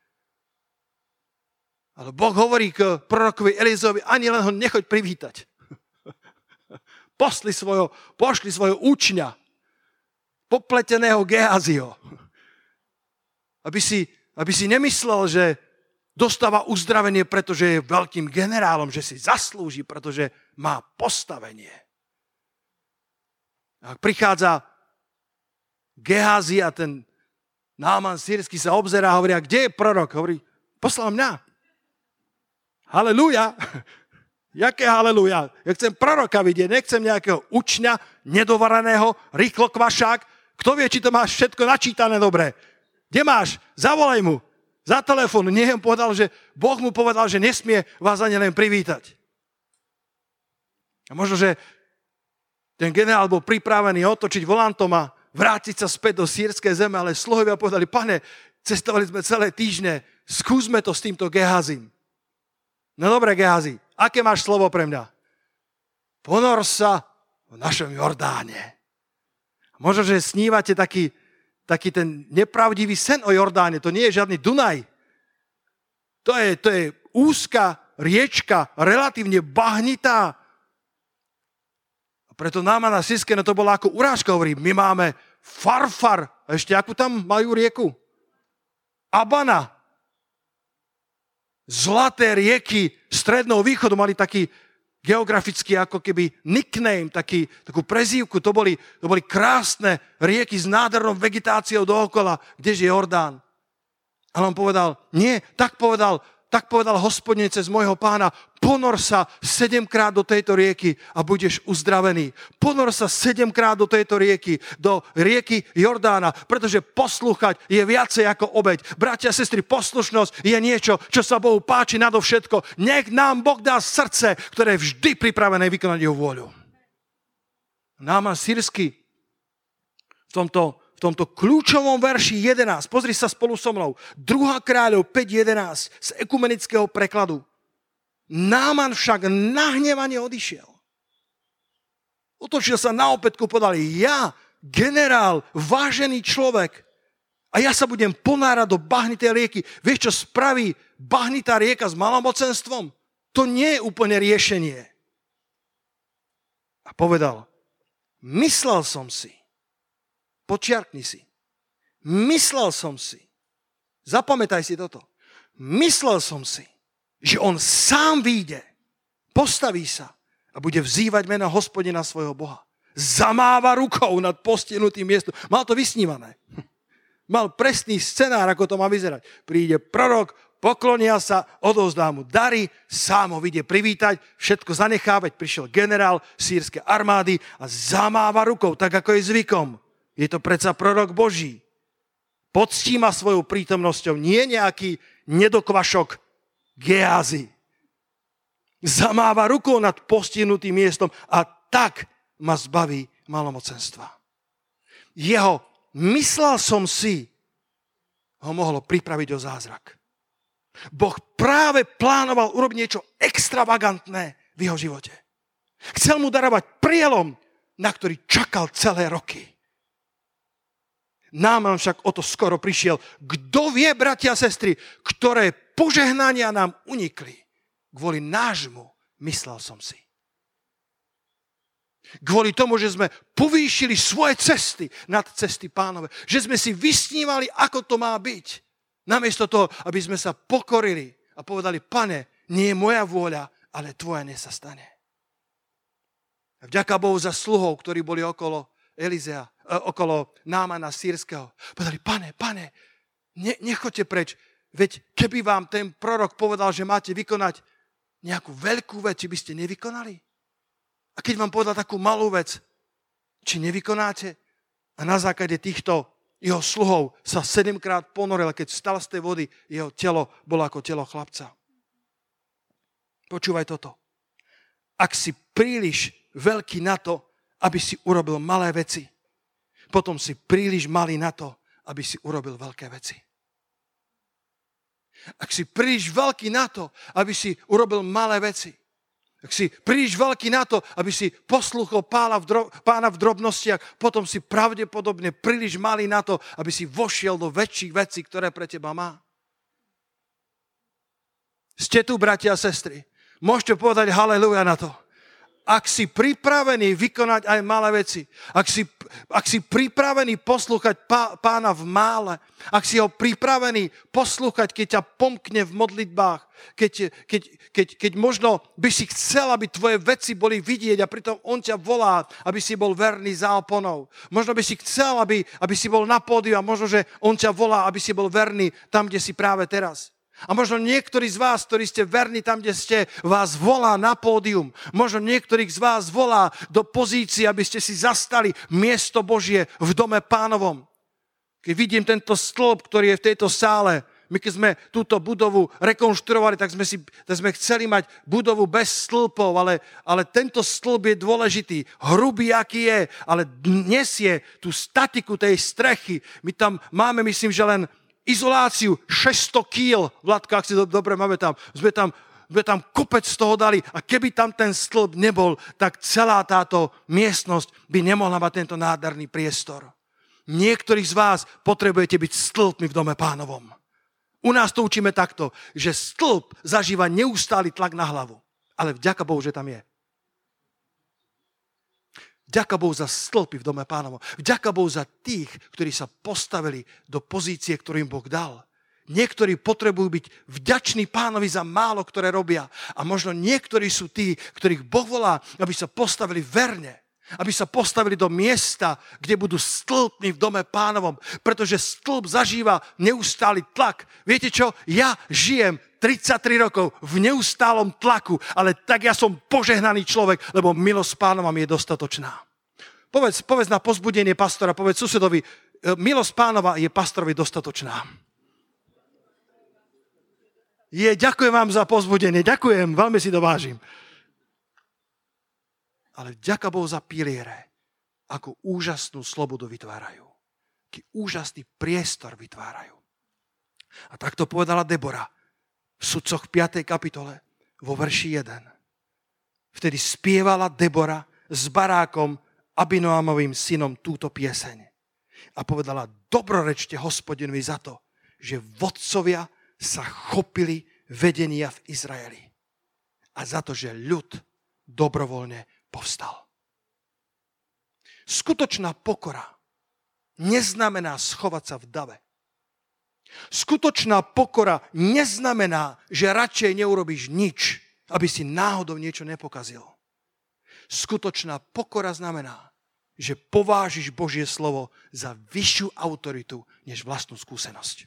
Ale Boh hovorí k prorokovi Elizovi, ani len ho nechoď privítať. Posli svojho, pošli svojho učňa, popleteného Gehaziho. Aby si, aby si nemyslel, že dostáva uzdravenie, pretože je veľkým generálom, že si zaslúži, pretože má postavenie. A prichádza Gehazi a ten Náman sírsky sa obzerá a hovorí, a kde je prorok? Hovorí, poslal mňa. Halelúja. Jaké halelúja? Ja chcem proroka vidieť, nechcem nejakého učňa, nedovaraného, rýchlo kvašák. Kto vie, či to máš všetko načítané dobre? Kde máš? Zavolaj mu. Za telefón. Nie, on povedal, že Boh mu povedal, že nesmie vás ani len privítať. A možno, že ten generál bol pripravený otočiť volantom a vrátiť sa späť do sírskej zeme, ale sluhovia povedali, pane, cestovali sme celé týždne, skúsme to s týmto Gehazim. No dobre, Gehazi, aké máš slovo pre mňa? Ponor sa v našom Jordáne. Možno, že snívate taký, taký ten nepravdivý sen o Jordáne, to nie je žiadny Dunaj. To je, to je úzka riečka, relatívne bahnitá. Preto Námana sírsky, no to bola ako urážka, hovorí, my máme Farfar, a ešte akú tam majú rieku? Abana. Zlaté rieky Stredného východu mali taký geografický ako keby nickname, taký, takú prezývku, to boli, to boli krásne rieky s nádhernou vegetáciou dookola, kdeže je Jordán. Ale on povedal, nie, tak povedal, tak povedal Hospodin cez môjho pána, ponor sa sedemkrát do tejto rieky a budeš uzdravený. Ponor sa sedemkrát do tejto rieky, do rieky Jordána, pretože poslúchať je viacej ako obeť. Bratia a sestry, poslušnosť je niečo, čo sa Bohu páči nadovšetko. Nech nám Boh dá srdce, ktoré je vždy pripravené vykonať jeho vôľu. Náman sírsky v tomto V tomto kľúčovom verši jedenásť, pozri sa spolu so mnou, druhá kráľov päť jedenásť z ekumenického prekladu. Náman však nahnevane odišiel. Otočil sa na opätku, povedal, ja, generál, vážený človek, a ja sa budem ponárať do bahnitej rieky. Vieš, čo spraví bahnitá rieka s malomocenstvom? To nie je úplne riešenie. A povedal, myslel som si, počiarkni si. Myslel som si, zapamätaj si toto, myslel som si, že on sám vyjde, postaví sa a bude vzývať meno Hospodina svojho Boha. Zamáva rukou nad postihnutým miestom. Mal to vysnívané. Mal presný scenár, ako to má vyzerať. Príde prorok, poklonia sa, odovzdá mu dary, sám ho vidie privítať, všetko zanechávať. Prišiel generál sýrskej armády a zamáva rukou, tak ako je zvykom. Je to predsa prorok Boží. Poctí ma svojou prítomnosťou, nie nejaký nedokvašok Gehazi. Zamáva rukou nad postihnutým miestom a tak ma zbaví malomocenstva. Jeho myslel som si, ho mohlo pripraviť o zázrak. Boh práve plánoval urobiť niečo extravagantné v jeho živote. Chcel mu darovať prielom, na ktorý čakal celé roky. Náman však o to skoro prišiel. Kto vie, bratia a sestry, ktoré požehnania nám unikli? Kvôli nášmu, myslel som si. Kvôli tomu, že sme povýšili svoje cesty nad cesty Pánove. Že sme si vysnívali, ako to má byť. Namiesto toho, aby sme sa pokorili a povedali, Pane, nie je moja vôľa, ale tvoja nech sa stane. A vďaka Bohu za sluhov, ktorí boli okolo Elizea, okolo Námana sýrskeho. Povedali, Pane, Pane, ne, nechoďte preč. Veď keby vám ten prorok povedal, že máte vykonať nejakú veľkú vec, či by ste nevykonali? A keď vám povedal takú malú vec, či nevykonáte? A na základe týchto jeho sluhov sa sedemkrát ponoril, keď vstal z tej vody, jeho telo bolo ako telo chlapca. Počúvaj toto. Ak si príliš veľký na to, aby si urobil malé veci, potom si príliš malý na to, aby si urobil veľké veci. Ak si príliš veľký na to, aby si urobil malé veci, ak si príliš veľký na to, aby si poslúchol pána v, dro- pána v drobnostiach, potom si pravdepodobne príliš malý na to, aby si vošiel do väčších vecí, ktoré pre teba má. Ste tu, bratia a sestry. Môžete povedať haleluja na to. Ak si pripravený vykonať aj malé veci, ak si, ak si pripravený poslúchať pá, pána v mále, ak si ho pripravený poslúchať, keď ťa pomkne v modlitbách, keď, keď, keď, keď možno by si chcel, aby tvoje veci boli vidieť a pritom on ťa volá, aby si bol verný za oponou. Možno by si chcel, aby, aby si bol na pódiu a možno, že on ťa volá, aby si bol verný tam, kde si práve teraz. A možno niektorí z vás, ktorí ste verní tam, kde ste, vás volá na pódium. Možno niektorých z vás volá do pozície, aby ste si zastali miesto Božie v dome Pánovom. Keď vidím tento stĺp, ktorý je v tejto sále, my keď sme túto budovu rekonštruovali, tak sme, si, tak sme chceli mať budovu bez stĺpov, ale, ale tento stĺp je dôležitý, hrubý aký je, ale nesie tú statiku tej strechy. My tam máme, myslím, že len izoláciu šesťsto kíl, Vladko, ak si to dobre máme tam, sme tam, sme tam kopec z toho dali a keby tam ten stĺp nebol, tak celá táto miestnosť by nemohla mať tento nádherný priestor. Niektorí z vás potrebujete byť stĺpmi v dome Pánovom. U nás to učíme takto, že stĺp zažíva neustály tlak na hlavu, ale vďaka Bohu, že tam je. Vďaka Bohu za stĺpy v dome Pánovom. Vďaka Bohu za tých, ktorí sa postavili do pozície, ktorú im Boh dal. Niektorí potrebujú byť vďační Pánovi za málo, ktoré robia. A možno niektorí sú tí, ktorých Boh volá, aby sa postavili verne. Aby sa postavili do miesta, kde budú stĺpmi v dome Pánovom. Pretože stĺp zažíva neustály tlak. Viete čo? Ja žijem tridsaťtri rokov v neustálom tlaku, ale tak ja som požehnaný človek, lebo milosť Pánova mi je dostatočná. Povedz, povedz na povzbudenie pastora, povedz susedovi, milosť Pánova je pastorovi dostatočná. Je, ďakujem vám za povzbudenie, ďakujem, veľmi si to vážim. Ale vďaka Bohu za piliere, ako úžasnú slobodu vytvárajú. Aký úžasný priestor vytvárajú. A tak to povedala Debora v Sudcoch piatej kapitole vo verši jeden. Vtedy spievala Debora s Barákom, Abinoamovým synom, túto pieseň. A povedala, dobrorečte Hospodinovi za to, že vodcovia sa chopili vedenia v Izraeli. A za to, že ľud dobrovoľne povstal. Skutočná pokora neznamená schovať sa v dave. Skutočná pokora neznamená, že radšej neurobíš nič, aby si náhodou niečo nepokazil. Skutočná pokora znamená, že povážiš Božie slovo za vyššiu autoritu než vlastnú skúsenosť.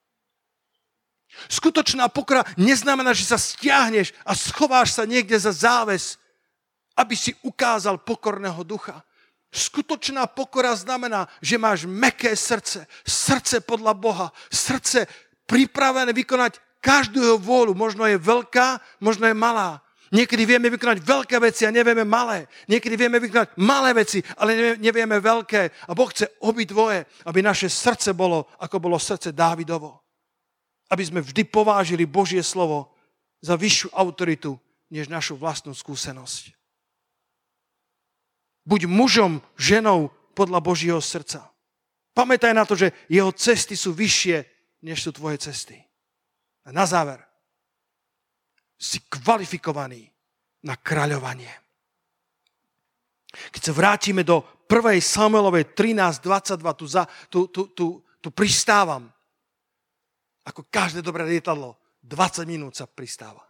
Skutočná pokora neznamená, že sa stiahneš a schováš sa niekde za záves, aby si ukázal pokorného ducha. Skutočná pokora znamená, že máš mäkké srdce, srdce podľa Boha, srdce pripravené vykonať každú jeho vôľu. Možno je veľká, možno je malá. Niekedy vieme vykonať veľké veci a nevieme malé. Niekedy vieme vykonať malé veci, ale nevieme veľké. A Boh chce obidvoje, aby naše srdce bolo, ako bolo srdce Dávidovo. Aby sme vždy povážili Božie slovo za vyššiu autoritu, než našu vlastnú skúsenosť. Buď mužom, ženou podľa Božieho srdca. Pamätaj na to, že jeho cesty sú vyššie, než sú tvoje cesty. A na záver, si kvalifikovaný na kráľovanie. Keď sa vrátime do prvej Samuelovej trinásť dvadsaťdva, tu, za, tu, tu, tu, tu pristávam. Ako každé dobré lietadlo, dvadsať minút sa pristáva.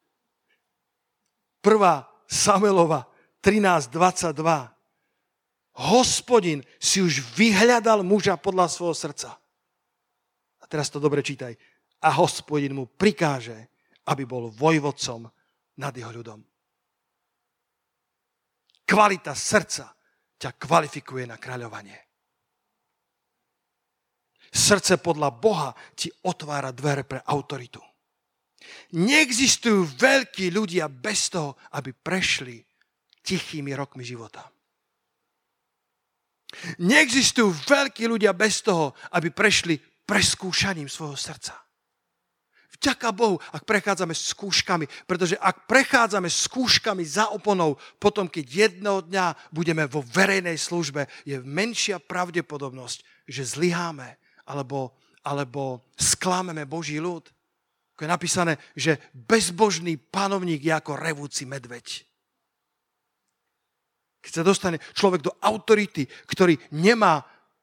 prvá Samuelova trinásť dvadsaťdva. Hospodin si už vyhľadal muža podľa svojho srdca. A teraz to dobre čítaj. A Hospodin mu prikáže, aby bol vojvodcom nad jeho ľudom. Kvalita srdca ťa kvalifikuje na kráľovanie. Srdce podľa Boha ti otvára dvere pre autoritu. Neexistujú veľkí ľudia bez toho, aby prešli tichými rokmi života. Neexistujú veľkí ľudia bez toho, aby prešli preskúšaním svojho srdca. Vďaka Bohu, ak prechádzame skúškami, pretože ak prechádzame skúškami za oponou, potom keď jedného dňa budeme vo verejnej službe, je menšia pravdepodobnosť, že zlyháme alebo, alebo sklameme Boží ľud. Ako je napísané, že bezbožný panovník je ako revúci medveď. Keď sa dostane človek do autority, ktorý nemá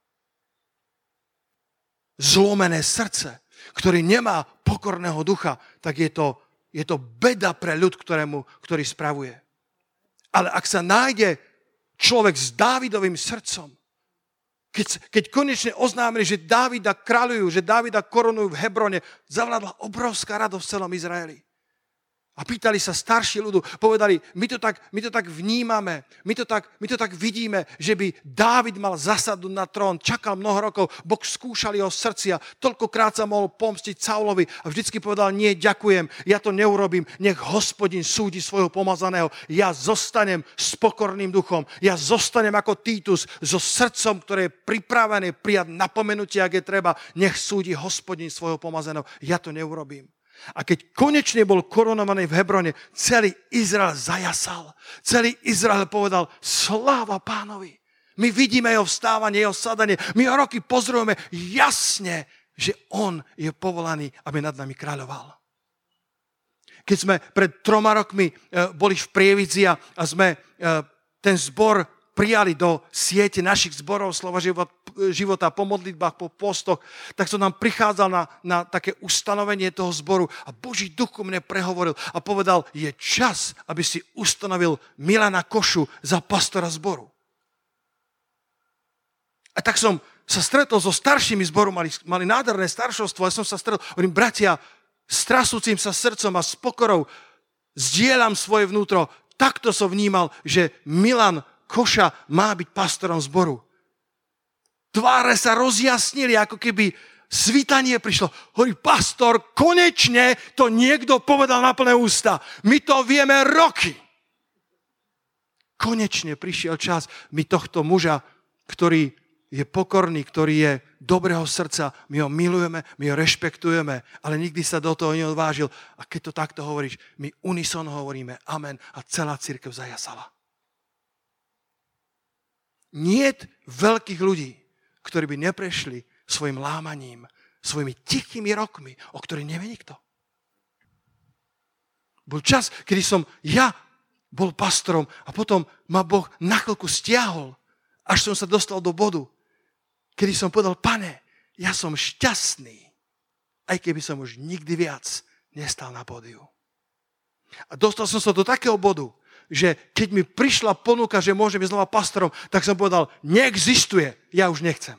zlomené srdce, ktorý nemá pokorného ducha, tak je to, je to beda pre ľud, ktorému, ktorý spravuje. Ale ak sa nájde človek s Dávidovým srdcom, keď, keď konečne oznámili, že Dávida kráľujú, že Dávida korunujú v Hebrone, zavládla obrovská radosť v celom Izraeli. A pýtali sa starší ľudu, povedali, my to tak, my to tak vnímame, my to tak, my to tak vidíme, že by Dávid mal zasadnúť na trón, čakal mnoho rokov, Boh skúšal jeho srdcia, toľkokrát sa mohol pomstiť Saulovi a vždycky povedal, nie, ďakujem, ja to neurobím, nech Hospodin súdi svojho pomazaného, ja zostanem s pokorným duchom, ja zostanem ako Titus, so srdcom, ktoré je pripravené prijať napomenutie, ak je treba, nech súdi Hospodin svojho pomazaného, ja to neurobím. A keď konečne bol korunovaný v Hebrone, celý Izrael zajasal. Celý Izrael povedal, sláva Pánovi. My vidíme jeho vstávanie, jeho sadanie. My ho roky pozorujeme jasne, že on je povolaný, aby nad nami kráľoval. Keď sme pred troma rokmi boli v Prievidzi a sme ten zbor prijali do siete našich zborov Slova života po modlitbách, po postoch, tak som nám prichádzal na, na také ustanovenie toho zboru a Boží duch ku mne prehovoril a povedal, je čas, aby si ustanovil Milana Košu za pastora zboru. A tak som sa stretol so staršími zboru, mali, mali nádherné staršovstvo, a som sa stretol, hovorím, bratia, s trasúcim sa srdcom a s pokorou zdieľam svoje vnútro. Takto som vnímal, že Milan Koša má byť pastorom zboru. Tváre sa rozjasnili, ako keby svitanie prišlo. Hovorí, pastor, konečne to niekto povedal na plné ústa. My to vieme roky. Konečne prišiel čas my tohto muža, ktorý je pokorný, ktorý je dobrého srdca, my ho milujeme, my ho rešpektujeme, ale nikdy sa do toho neodvážil. A keď to takto hovoríš, my unison hovoríme amen a celá cirkev zajasala. Niet veľkých ľudí, ktorí by neprešli svojim lámaním, svojimi tichými rokmi, o ktorých nevie nikto. Bol čas, kedy som ja bol pastorom a potom ma Boh na chvíľku stiahol, až som sa dostal do bodu, kedy som povedal, Pane, ja som šťastný, aj keby som už nikdy viac nestal na pódiu. A dostal som sa do takého bodu, že keď mi prišla ponuka, že môžem byť znova pastorom, tak som povedal, neexistuje, ja už nechcem.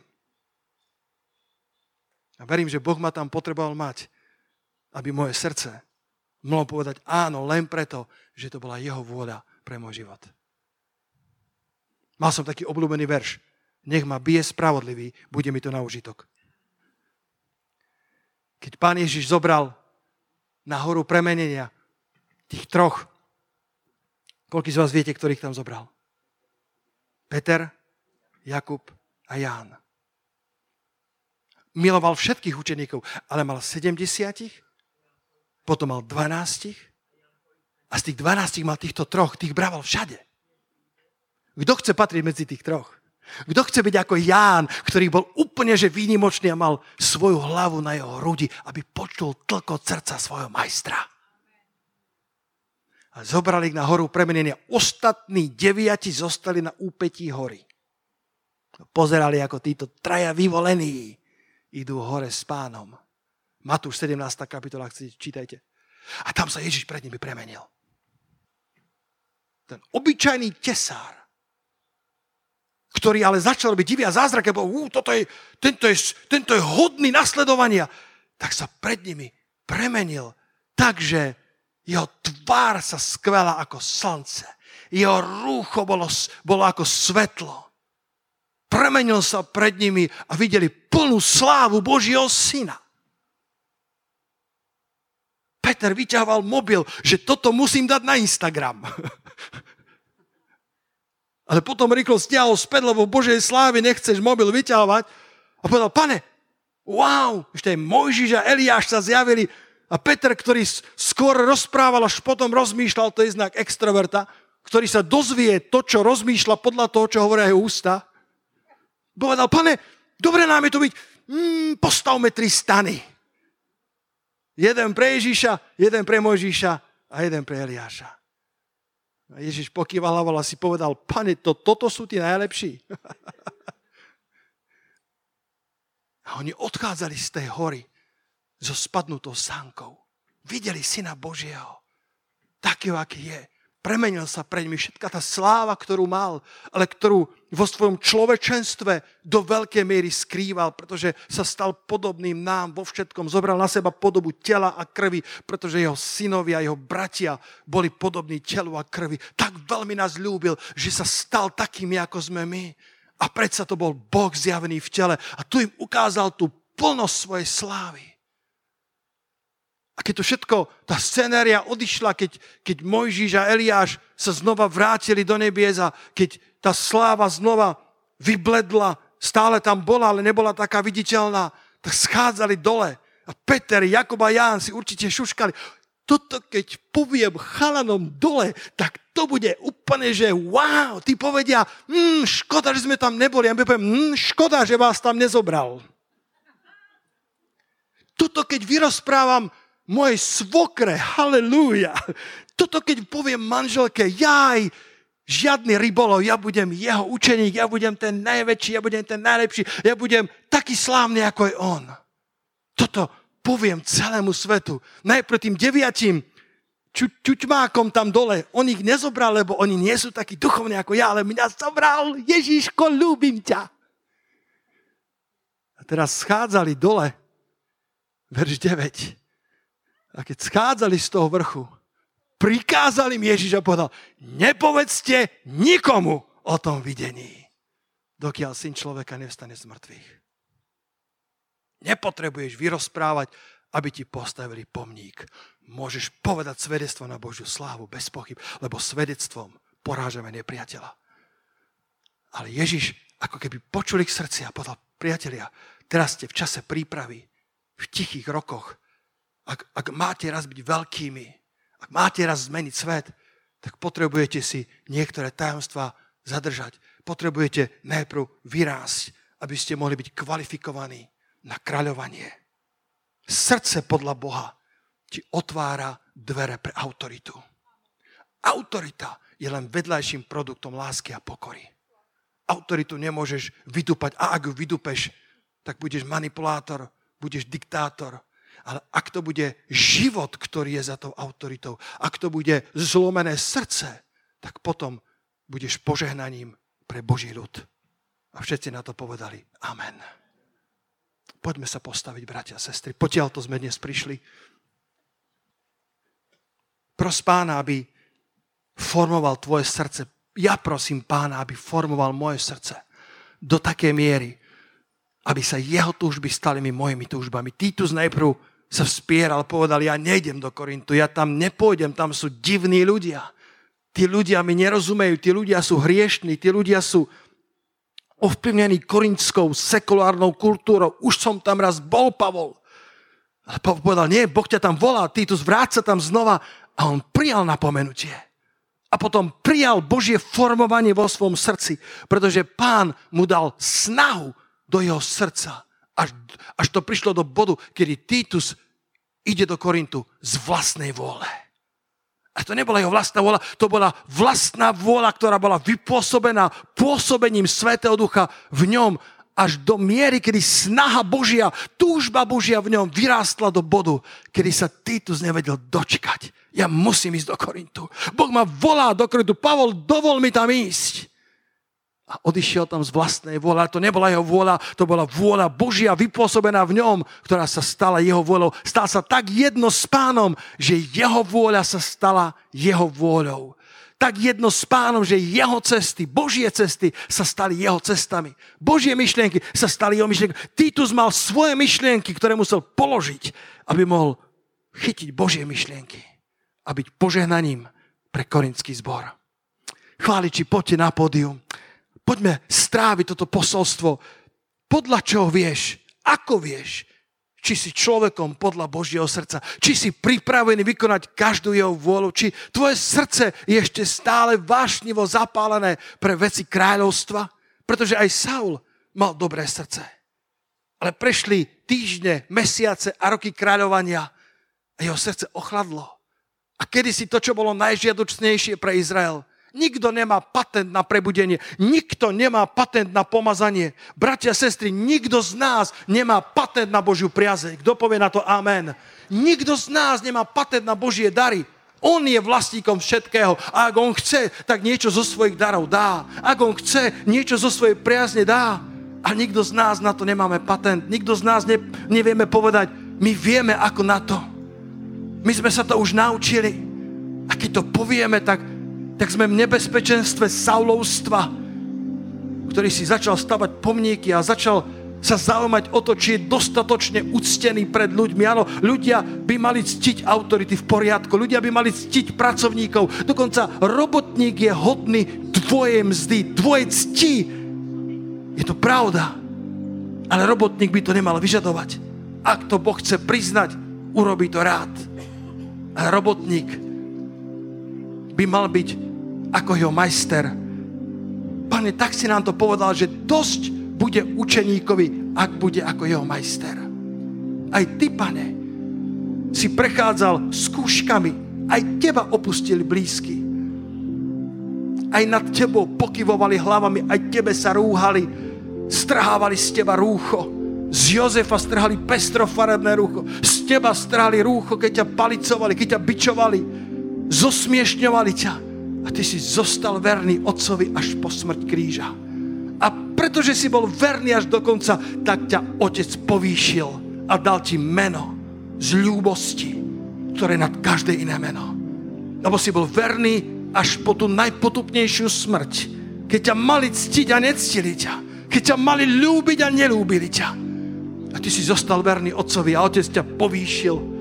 A verím, že Boh ma tam potreboval mať, aby moje srdce mohlo povedať áno, len preto, že to bola jeho vôľa pre môj život. Mal som taký obľúbený verš. Nech ma bije spravodlivý, bude mi to na užitok. Keď Pán Ježiš zobral na horu premenenia tých troch, koľký z vás viete, ktorých tam zobral? Peter, Jakub a Ján. Miloval všetkých učeníkov, ale mal sedemdesiatich, potom mal dvanástich a z tých dvanástich mal týchto troch, tých brával všade. Kto chce patriť medzi tých troch? Kto chce byť ako Ján, ktorý bol úplne že výnimočný a mal svoju hlavu na jeho hrudi, aby počul tlkot srdca svojho majstra? A zobrali ich na horu premenenia. Ostatní deviati zostali na úpetí hory. Pozerali, ako títo traja vyvolení idú hore s Pánom. Matúš sedemnásta kapitola, čítajte. A tam sa Ježiš pred nimi premenil. Ten obyčajný tesár, ktorý ale začal byť divý a zázrak, lebo uh, toto je, tento, je, tento je hodný nasledovania, tak sa pred nimi premenil tak, že jeho tvár sa skvela ako slnce. Jeho rúcho bolo, bolo ako svetlo. Premenil sa pred nimi a videli plnú slávu Božieho syna. Peter vyťahoval mobil, že toto musím dať na Instagram. Ale potom rýchlo stiahol späť, lebo v Božej sláve nechceš mobil vyťahovať. A povedal, pane, wow, ešte aj Mojžiš a Eliáš sa zjavili. A Peter, ktorý skôr rozprával, až potom rozmýšľal, to je znak extroverta, ktorý sa dozvie to, čo rozmýšľa podľa toho, čo hovoria jeho ústa. Povedal, pane, dobre nám je to byť, mm, postavme tri stany. Jeden pre Ježiša, jeden pre Mojžiša a jeden pre Eliáša. A Ježiš pokýval hlavou a si povedal, pane, to, toto sú tí najlepší. A oni odchádzali z tej hory so spadnutou sánkou. Videli Syna Božieho, takého, aký je. Premenil sa pred nimi všetká tá sláva, ktorú mal, ale ktorú vo svojom človečenstve do veľkej miery skrýval, pretože sa stal podobným nám vo všetkom. Zobral na seba podobu tela a krvi, pretože jeho synovia, jeho bratia boli podobní telu a krvi. Tak veľmi nás ľúbil, že sa stal takými, ako sme my. A predsa to bol Boh zjavený v tele. A tu im ukázal tú plnosť svojej slávy. A keď to všetko, tá scenéria odišla, keď, keď Mojžiš a Eliáš sa znova vrátili do nebies a keď tá sláva znova vybledla, stále tam bola, ale nebola taká viditeľná, tak schádzali dole. A Peter, Jakub a Ján si určite šuškali. Toto keď poviem chalanom dole, tak to bude úplne, že wow, tí povedia, mm, škoda, že sme tam neboli. A my poviem, mm, škoda, že vás tam nezobral. Toto keď vyrozprávam mojej svokre, halelúja. Toto keď poviem manželke, jaj, žiadny rybolov, ja budem jeho učeník, ja budem ten najväčší, ja budem ten najlepší, ja budem taký slávny, ako je on. Toto poviem celému svetu. Najprv tým deviatim ču, čučmákom tam dole, on ich nezobral, lebo oni nie sú takí duchovní ako ja, ale mňa zobral, Ježiško, ľúbim ťa. A teraz schádzali dole, verš deväť. A keď schádzali z toho vrchu, prikázali im Ježiš a povedal, nepovedzte nikomu o tom videní, dokiaľ Syn človeka nevstane z mŕtvych. Nepotrebuješ vyrozprávať, aby ti postavili pomník. Môžeš povedať svedectvo na Božiu slávu bez pochyb, lebo svedectvom porážame nepriateľa. Ale Ježiš ako keby počul ich srdcia a povedal, priatelia, teraz ste v čase prípravy, v tichých rokoch. Ak, ak máte raz byť veľkými, ak máte raz zmeniť svet, tak potrebujete si niektoré tajomstvá zadržať. Potrebujete najprv vyrásť, aby ste mohli byť kvalifikovaní na kráľovanie. Srdce podľa Boha ti otvára dvere pre autoritu. Autorita je len vedľajším produktom lásky a pokory. Autoritu nemôžeš vydúpať a ak ju vydúpeš, tak budeš manipulátor, budeš diktátor. Ale ak to bude život, ktorý je za tou autoritou, ak to bude zlomené srdce, tak potom budeš požehnaním pre Boží ľud. A všetci na to povedali amen. Poďme sa postaviť, bratia a sestry. Potiaľ to sme dnes prišli. Pros Pána, aby formoval tvoje srdce. Ja prosím Pána, aby formoval moje srdce do takej miery, aby sa jeho túžby stali mi mojimi túžbami. Titus najprv sa vspieral, povedal, ja nejdem do Korintu, ja tam nepôjdem, tam sú divní ľudia. Tí ľudia mi nerozumejú, tí ľudia sú hriešní, tí ľudia sú ovplyvnení korintskou sekulárnou kultúrou. Už som tam raz bol, Pavol. Ale Pavol povedal, nie, Boh ťa tam volá, Titus, vráť sa tam znova. A on prijal napomenutie. A potom prijal Božie formovanie vo svojom srdci, pretože Pán mu dal snahu do jeho srdca. Až, až to prišlo do bodu, kedy Titus ide do Korintu z vlastnej vôle. A to nebola jeho vlastná vôľa, to bola vlastná vôľa, ktorá bola vypôsobená pôsobením Svätého Ducha v ňom až do miery, kedy snaha Božia, túžba Božia v ňom vyrástla do bodu, kedy sa Titus nevedel dočkať. Ja musím ísť do Korintu. Boh ma volá do Korintu. Pavol, dovol mi tam ísť. A odišiel tam z vlastnej vôle. To nebola jeho vôľa, to bola vôľa Božia vypôsobená v ňom, ktorá sa stala jeho vôľou. Stal sa tak jedno s Pánom, že jeho vôľa sa stala jeho vôľou. Tak jedno s Pánom, že jeho cesty, Božie cesty sa stali jeho cestami. Božie myšlienky sa stali jeho myšlienkami. Titus mal svoje myšlienky, ktoré musel položiť, aby mohol chytiť Božie myšlienky a byť požehnaním pre korintský zbor. Chváliči, poďte na pódium. Poďme stráviť toto posolstvo. Podľa čoho vieš? Ako vieš? Či si človekom podľa Božieho srdca? Či si pripravený vykonať každú jeho vôľu? Či tvoje srdce je ešte stále vášnivo zapálené pre veci kráľovstva? Pretože aj Saul mal dobré srdce. Ale prešli týždne, mesiace a roky kráľovania a jeho srdce ochladlo. A kedysi to, čo bolo najžiadučnejšie pre Izrael, nikto nemá patent na prebudenie. Nikto nemá patent na pomazanie. Bratia a sestry, nikto z nás nemá patent na Božiu priazeň. Kto povie na to amen? Nikto z nás nemá patent na Božie dary. On je vlastníkom všetkého. A ak on chce, tak niečo zo svojich darov dá. Ak on chce, niečo zo svojej priazne dá. A nikto z nás na to nemáme patent. Nikto z nás ne, nevieme povedať, my vieme ako na to. My sme sa to už naučili. A keď to povieme, tak tak sme v nebezpečenstve saulovstva, ktorý si začal stavať pomníky a začal sa zaujímať o to, či je dostatočne uctený pred ľuďmi. Áno, ľudia by mali ctiť autority v poriadku, ľudia by mali ctiť pracovníkov, dokonca robotník je hodný tvojej mzdy, tvojej cti. Je to pravda, ale robotník by to nemal vyžadovať. Ak to Boh chce priznať, urobí to rád. A robotník by mal byť ako jeho majster. Pane, tak si nám to povedal, že dosť bude učeníkovi, ak bude ako jeho majster. Aj ty, Pane, si prechádzal skúškami, aj teba opustili blízky. Aj nad tebou pokyvovali hlavami, aj tebe sa rúhali, strhávali z teba rúcho. Z Jozefa strhali pestrofarebné rúcho. Z teba strhali rúcho, keď ťa palicovali, keď ťa bičovali. Zosmiešňovali ťa a ty si zostal verný otcovi až po smrť kríža. A pretože si bol verný až do konca, tak ťa otec povýšil a dal ti meno z ľúbosti, ktoré nad každé iné meno. Lebo si bol verný až po tú najpotupnejšiu smrť, keď ťa mali ctiť a nectili ťa, keď ťa mali ľúbiť a nelúbili ťa. A ty si zostal verný otcovi a otec ťa povýšil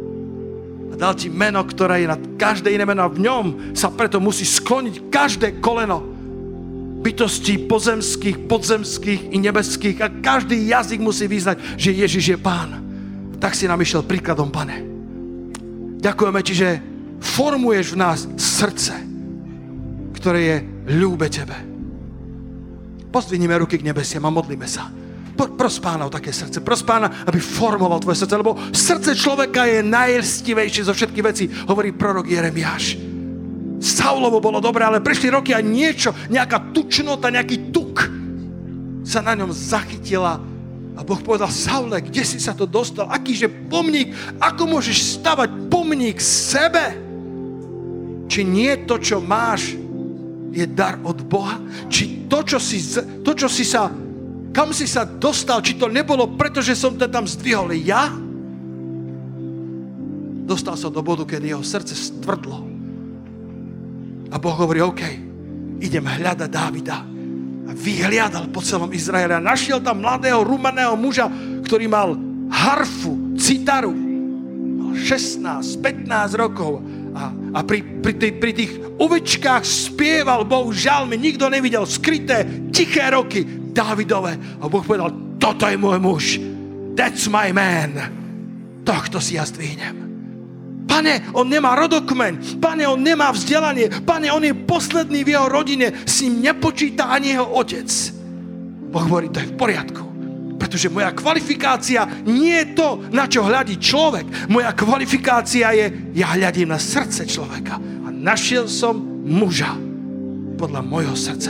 dal ti meno, ktoré je nad každé iné meno. V ňom sa preto musí skloniť každé koleno bytostí pozemských, podzemských i nebeských a každý jazyk musí vyznať, že Ježiš je Pán. Tak si nám išiel príkladom, Pane. Ďakujeme ti, že formuješ v nás srdce, ktoré je ľúbe tebe. Pozdvihnime ruky k nebesiam a modlíme sa. Pros Pána o také srdce. Pros Pána, aby formoval tvoje srdce, lebo srdce človeka je najlstivejšie zo všetkých vecí, hovorí prorok Jeremiáš. Saulovo bolo dobré, ale prešli roky a niečo, nejaká tučnota, nejaký tuk sa na ňom zachytila a Boh povedal, Saule, kde si sa to dostal? Akýže pomník? Ako môžeš stavať pomník sebe? Či nie to, čo máš, je dar od Boha? Či to, čo si, to, čo si sa, kam si sa dostal, či to nebolo preto, že som to tam zdvihol ja? Dostal sa do bodu, kedy jeho srdce stvrdlo. A Boh hovorí, OK, idem hľadať Dávida. A vyhliadal po celom Izraeli a našiel tam mladého, rumaného muža, ktorý mal harfu, citaru. Mal šestnásť, pätnásť rokov. A, a pri, pri, tých, pri tých ovečkách spieval Bohu žalmy. Nikto nevidel skryté, tiché roky Dávidove. A Boh povedal, toto je môj muž. That's my man. Tohto si ja zdvihnem. Pane, on nemá rodokmeň. Pane, on nemá vzdelanie. Pane, on je posledný v jeho rodine. S ním nepočíta ani jeho otec. Boh hovorí, to je v poriadku. Pretože moja kvalifikácia nie je to, na čo hľadí človek. Moja kvalifikácia je, ja hľadím na srdce človeka. A našiel som muža podľa mojho srdca.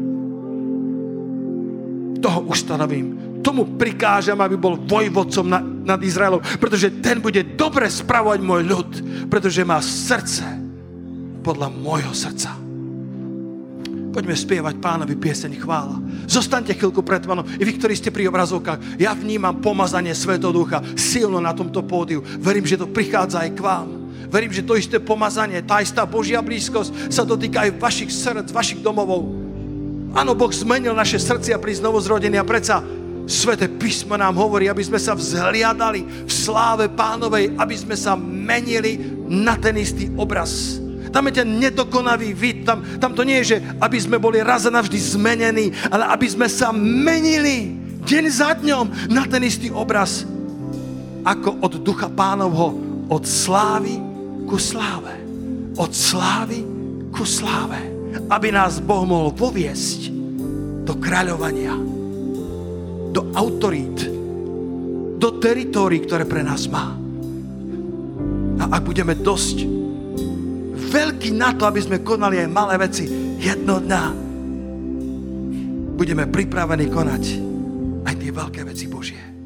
Toho ustanovím. Tomu prikážem, aby bol vojvodcom na, nad Izraelom, pretože ten bude dobre spravovať môj ľud, pretože má srdce podľa môjho srdca. Poďme spievať Pánovi pieseň chvála. Zostaňte chvíľku pred Pánom. I vy, ktorí ste pri obrazovkách, ja vnímam pomazanie Svätého Ducha silno na tomto pódiu. Verím, že to prichádza aj k vám. Verím, že to isté pomazanie, tá istá Božia blízkosť sa dotýka aj vašich srdc, vašich domovov. Áno, Boh zmenil naše srdcia pri znovuzrodení a predsa Sväté písmo nám hovorí, aby sme sa vzhliadali v sláve Pánovej, aby sme sa menili na ten istý obraz. Tam je ten nedokonavý vid, tam, tam to nie je, že aby sme boli raz a navždy zmenení, ale aby sme sa menili deň za dňom na ten istý obraz, ako od Ducha Pánovho, od slávy ku sláve. Od slávy ku sláve. Aby nás Boh mohol poviesť do kráľovania, do autorít, do teritórií, ktoré pre nás má. A ak budeme dosť veľkí na to, aby sme konali aj malé veci, jedno dňa budeme pripravení konať aj tie veľké veci Božie.